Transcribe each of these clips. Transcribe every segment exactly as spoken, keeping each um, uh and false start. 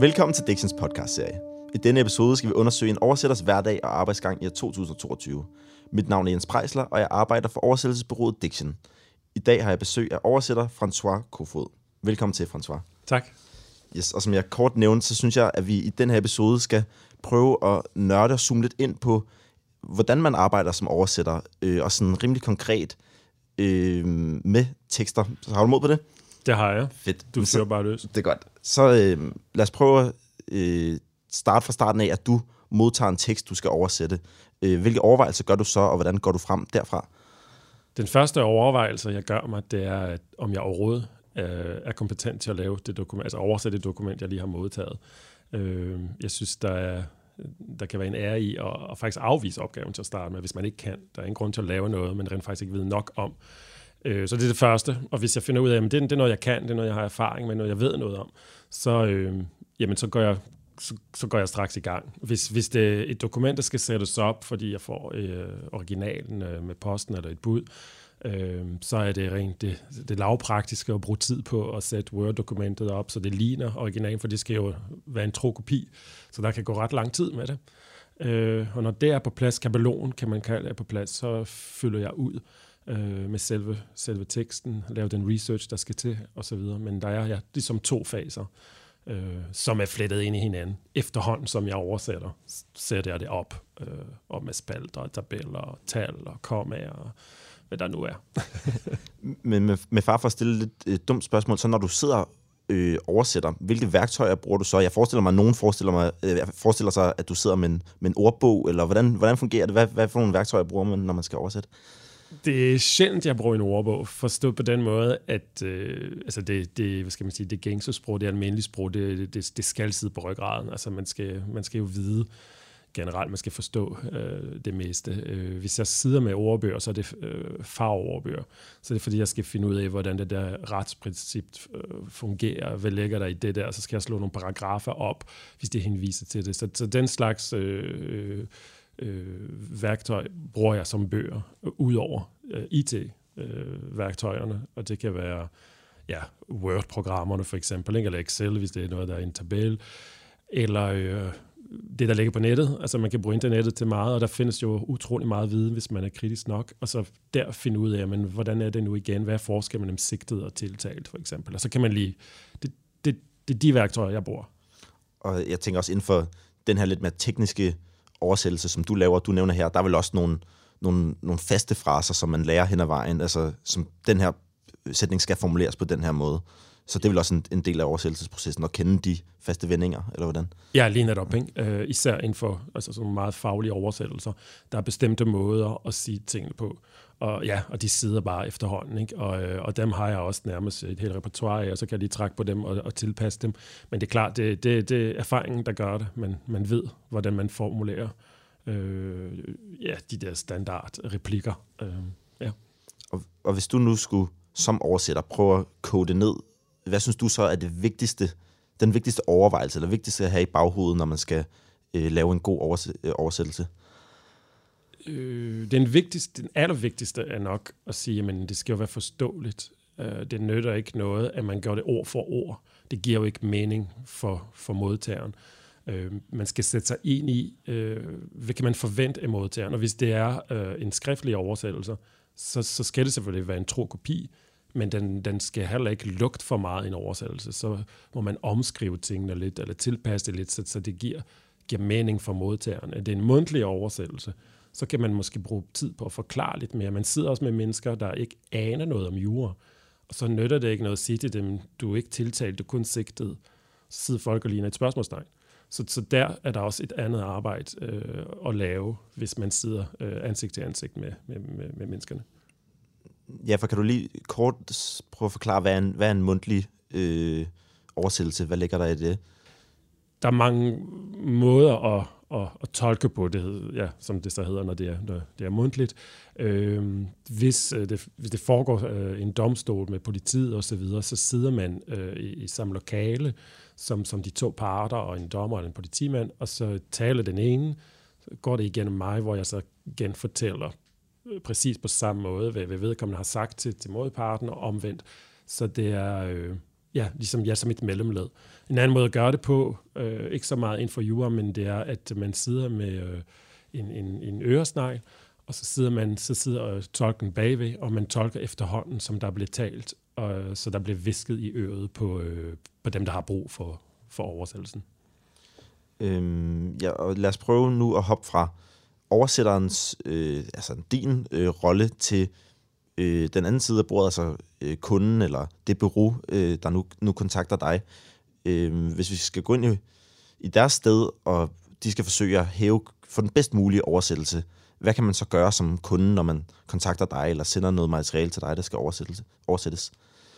Velkommen til Dictions podcast-serie. I denne episode skal vi undersøge en oversætters hverdag og arbejdsgang i to tusind og toogtyve. Mit navn er Jens Preisler, og jeg arbejder for oversættelsesbureauet Diction. I dag har jeg besøg af oversætter François Kofod. Velkommen til, François. Tak. Yes, og som jeg kort nævnte, så synes jeg, at vi i den her episode skal prøve at nørde og zoome lidt ind på, hvordan man arbejder som oversætter, øh, og sådan rimelig konkret øh, med tekster. Så har du mod på det? Det har jeg. Fedt. Du fører bare løs. Det er godt. Så øh, lad os prøve at øh, starte fra starten af, at du modtager en tekst, du skal oversætte. Øh, hvilke overvejelser gør du så, og hvordan går du frem derfra? Den første overvejelse, jeg gør mig, det er, at om jeg overhovedet øh, er kompetent til at lave det dokument, altså oversætte det dokument, jeg lige har modtaget. Øh, jeg synes, der er der kan være en ære i at, at faktisk afvise opgaven til at starte med, hvis man ikke kan. Der er ingen grund til at lave noget, men rent faktisk ikke ved nok om. Øh, så det er det første. Og hvis jeg finder ud af, at det, det er noget, jeg kan, det er noget, jeg har erfaring med, noget, jeg ved noget om, så, øh, jamen, så, går jeg, så, så går jeg straks i gang. Hvis, hvis det er et dokument, der skal sættes op, fordi jeg får øh, originalen øh, med posten eller et bud, øh, så er det rent det, det lavpraktiske at bruge tid på at sætte Word-dokumentet op, så det ligner originalen, for det skal jo være en tro kopi, så der kan gå ret lang tid med det. Øh, og når det er på plads, skabelon kan man kalde det på plads, så fylder jeg ud øh, med selve, selve teksten, laver den research, der skal til, osv. Men der er ja, ligesom to faser, øh, som er flettet ind i hinanden. Efterhånden, som jeg oversætter, sætter jeg det op, øh, og med spalter, tabeller, og tal og kommaer, og hvad der nu er. Men med, med far for at stille lidt øh, dumt spørgsmål, så når du sidder øh, oversætter, hvilke værktøjer bruger du så? Jeg forestiller mig, at nogen forestiller, mig, øh, forestiller sig, at du sidder med en, med en ordbog, eller hvordan, hvordan fungerer det? Hvad, hvad for nogle værktøjer bruger man, når man skal oversætte? Det er sjældent, jeg bruger en ordbog, forstået på den måde, at øh, altså det, det, hvad skal man sige, det gængse sprog, det almindelige sprog, det, det, det skal sidde på ryggraden. Altså man skal, man skal jo vide generelt, man skal forstå øh, det meste. Øh, hvis jeg sidder med ordbøger, så er det øh, farveordbøger. Så det er fordi, jeg skal finde ud af, hvordan det der retsprincip øh, fungerer. Hvad ligger der i det der? Så skal jeg slå nogle paragrafer op, hvis det henviser til det. Så, så den slags øh, øh, værktøj bruger jeg som bøger, øh, ud over øh, I T-værktøjerne. Øh, og det kan være ja, Word-programmerne for eksempel, ikke? Eller Excel, hvis det er noget, der er en tabel. Eller øh, det, der ligger på nettet. Altså man kan bruge internettet til meget, og der findes jo utrolig meget viden, hvis man er kritisk nok. Og så der finde ud af, men hvordan er det nu igen? Hvad er forskellen mellem sigtet og tiltalt, for eksempel? Og så kan man lige... Det, det, det er de værktøjer, jeg bruger. Og jeg tænker også inden for den her lidt mere tekniske oversættelse, som du laver, du nævner her, der er vel også nogle, nogle, nogle faste fraser, som man lærer hen ad vejen, altså som den her sætning skal formuleres på den her måde. Så det er vel også en, en del af oversættelsesprocessen, at kende de faste vendinger, eller hvordan? Ja, lige netop, ikke? Øh, især inden for altså sådan meget faglige oversættelser. Der er bestemte måder at sige tingene på. Og ja, og de sidder bare efterhånden, ikke? Og, øh, og dem har jeg også nærmest et helt repertoire af, og så kan jeg lige trække på dem og, og tilpasse dem. Men det er klart, det, det, det er erfaringen, der gør det. Man, man ved, hvordan man formulerer øh, ja, de der standardreplikker. Øh, ja. og, og hvis du nu skulle som oversætter prøve at kode ned, hvad synes du så er det vigtigste, den vigtigste overvejelse, eller vigtigste at have i baghovedet, når man skal øh, lave en god overs- øh, oversættelse? Øh, den, vigtigste, den allervigtigste er nok at sige, at det skal jo være forståeligt. Øh, det nytter ikke noget, at man gør det ord for ord. Det giver jo ikke mening for, for modtageren. Øh, man skal sætte sig ind i, øh, hvad kan man forvente af modtageren. Og hvis det er øh, en skriftlig oversættelse, så, så skal det selvfølgelig være en tro kopi, men den, den skal heller ikke lugte for meget i en oversættelse. Så må man omskrive tingene lidt, eller tilpasse det lidt, så, så det giver, giver mening for modtageren. Er det en mundtlig oversættelse, så kan man måske bruge tid på at forklare lidt mere. Man sidder også med mennesker, der ikke aner noget om jura, og så nytter det ikke noget at sige til dem, du er ikke tiltalt, du er kun sigtet. Så sidder folk og ligner et spørgsmålstegn. Så, så der er der også et andet arbejde øh, at lave, hvis man sidder øh, ansigt til ansigt med, med, med, med menneskerne. Ja, for kan du lige kort prøve at forklare, hvad er en, hvad er en mundtlig øh, oversættelse? Hvad ligger der i det? Der er mange måder at, at, at tolke på det, ja, som det så hedder, når det er, når det er mundtligt. Øh, hvis, det, hvis det foregår øh, en domstol med politiet og så videre, så sidder man øh, i, i samme lokale, som, som de to parter og en dommer og en politimand, og så taler den ene, så går det igennem mig, hvor jeg så igen fortæller præcis på samme måde, hvad vedkommende har sagt til, til modparten og omvendt. Så det er, øh, ja, ligesom ja, som et mellemled. En anden måde at gøre det på, øh, ikke så meget inden for jura, men det er, at man sidder med øh, en, en, en øresnegl, og så sidder man, så sidder tolken bagved, og man tolker efterhånden, som der bliver talt, og så der bliver visket i øret på, øh, på dem, der har brug for, for oversættelsen. Øhm, ja, og lad os prøve nu at hoppe fra oversætterens, øh, altså din øh, rolle til øh, den anden side af bordet, altså øh, kunden eller det bureau, øh, der nu, nu kontakter dig. Øh, hvis vi skal gå ind i, i deres sted, og de skal forsøge at hæve for den bedst mulige oversættelse, hvad kan man så gøre som kunde, når man kontakter dig, eller sender noget materiale til dig, der skal oversættes?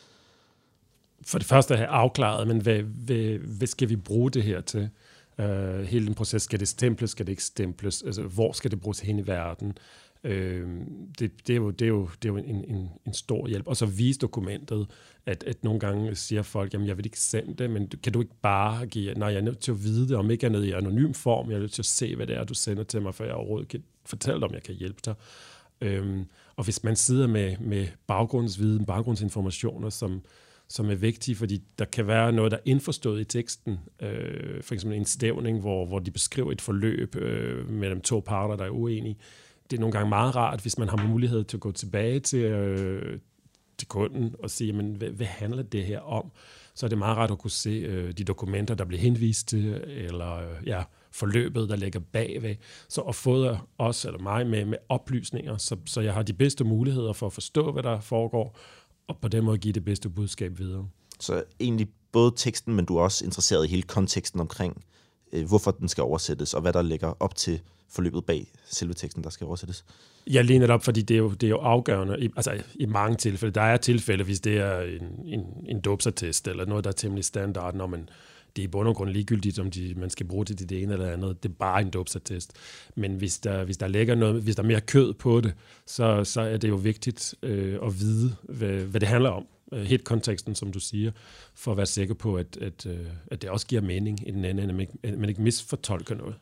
For det første at have afklaret, men hvad, hvad, hvad skal vi bruge det her til? Uh, hele den proces, skal det stemples, skal det ikke stemples? Altså, hvor skal det bruges hen i verden? Uh, det, det, er jo, det, er jo, det er jo en, en, en stor hjælp. Og så vise dokumentet, at, at nogle gange siger folk, jamen jeg vil ikke sende det, men kan du ikke bare give, nej, jeg er nødt til at vide det, om ikke andet i anonym form, jeg er nødt til at se, hvad det er, du sender til mig, for jeg overhovedet kan fortælle dig, om jeg kan hjælpe dig. Uh, og hvis man sidder med, med baggrundsviden, baggrundsinformationer, som som er vigtige, fordi der kan være noget, der er indforstået i teksten. Øh, for eksempel en stævning, hvor, hvor de beskriver et forløb øh, mellem to parter, der er uenige. Det er nogle gange meget rart, hvis man har mulighed til at gå tilbage til, øh, til kunden og sige, jamen, hvad, hvad handler det her om? Så er det meget rart at kunne se øh, de dokumenter, der bliver henvist til, eller øh, ja, forløbet, der ligger bagved. Så at fodre os eller mig med, med oplysninger, så, så jeg har de bedste muligheder for at forstå, hvad der foregår, og på den måde give det bedste budskab videre. Så egentlig både teksten, men du er også interesseret i hele konteksten omkring, øh, hvorfor den skal oversættes, og hvad der ligger op til forløbet bag selve teksten, der skal oversættes. Ja, lige netop, fordi det er jo, det er jo afgørende, i, altså i mange tilfælde. Der er tilfælde, hvis det er en, en, en dåbsattest, eller noget, der er temmelig standard, når man det er i bund og grund ligegyldigt, om de, man skal bruge det til det ene eller andet. Det er bare en dåbsattest. Men hvis der, hvis der ligger noget, hvis der er mere kød på det, så, så er det jo vigtigt øh, at vide, hvad, hvad det handler om. Helt konteksten, som du siger, for at være sikker på, at, at, at det også giver mening i den anden, at man ikke, at man ikke misfortolker noget.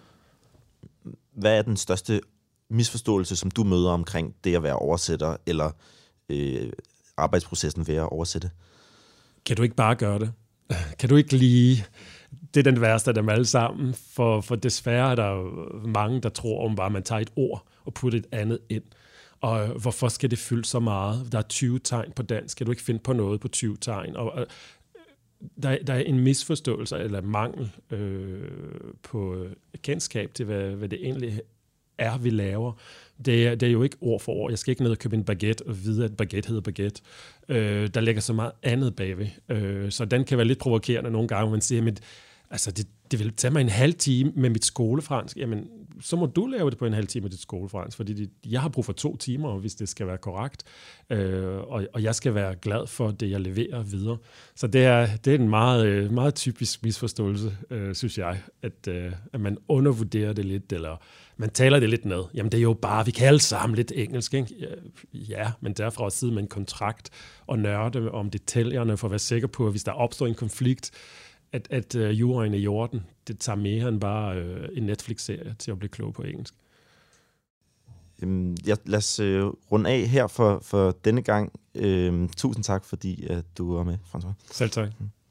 Hvad er den største misforståelse, som du møder omkring det at være oversætter, eller øh, arbejdsprocessen ved at oversætte? Kan du ikke bare gøre det? Kan du ikke lige... Det er den værste af dem alle sammen, for, for desværre er der mange, der tror om bare, at man tager et ord og putter et andet ind. Og hvorfor skal det fylde så meget? Der er tyve tegn på dansk. Kan du ikke finde på noget på tyve tegn? Og, og der, der er en misforståelse eller mangel øh, på kendskab til, hvad, hvad det egentlig er, vi laver. Det er, det er jo ikke ord for ord. Jeg skal ikke ned og købe en baguette og vide, at baguette hedder baguette. Øh, der ligger så meget andet bagved. Øh, så den kan være lidt provokerende nogle gange, hvor man siger, at altså, det, det vil tage mig en halv time med mit skolefransk. Jamen, så må du lave det på en halv time med dit skolefransk, fordi det, jeg har brug for to timer, hvis det skal være korrekt. Øh, og, og jeg skal være glad for det, jeg leverer videre. Så det er, det er en meget, meget typisk misforståelse, øh, synes jeg, at, øh, at man undervurderer det lidt, eller man taler det lidt ned. Jamen, det er jo bare, vi kan alle sammen lidt engelsk, ikke? Ja, men derfra at sidde med en kontrakt og nørde om detaljerne, for at være sikker på, at hvis der opstår en konflikt, at, at uh, juraen i jorden, det tager mere end bare uh, en Netflix-serie til at blive klog på engelsk. Øhm, ja, lad os uh, runde af her for, for denne gang. Øhm, tusind tak, fordi uh, du var med, François. Selv tak. Mm.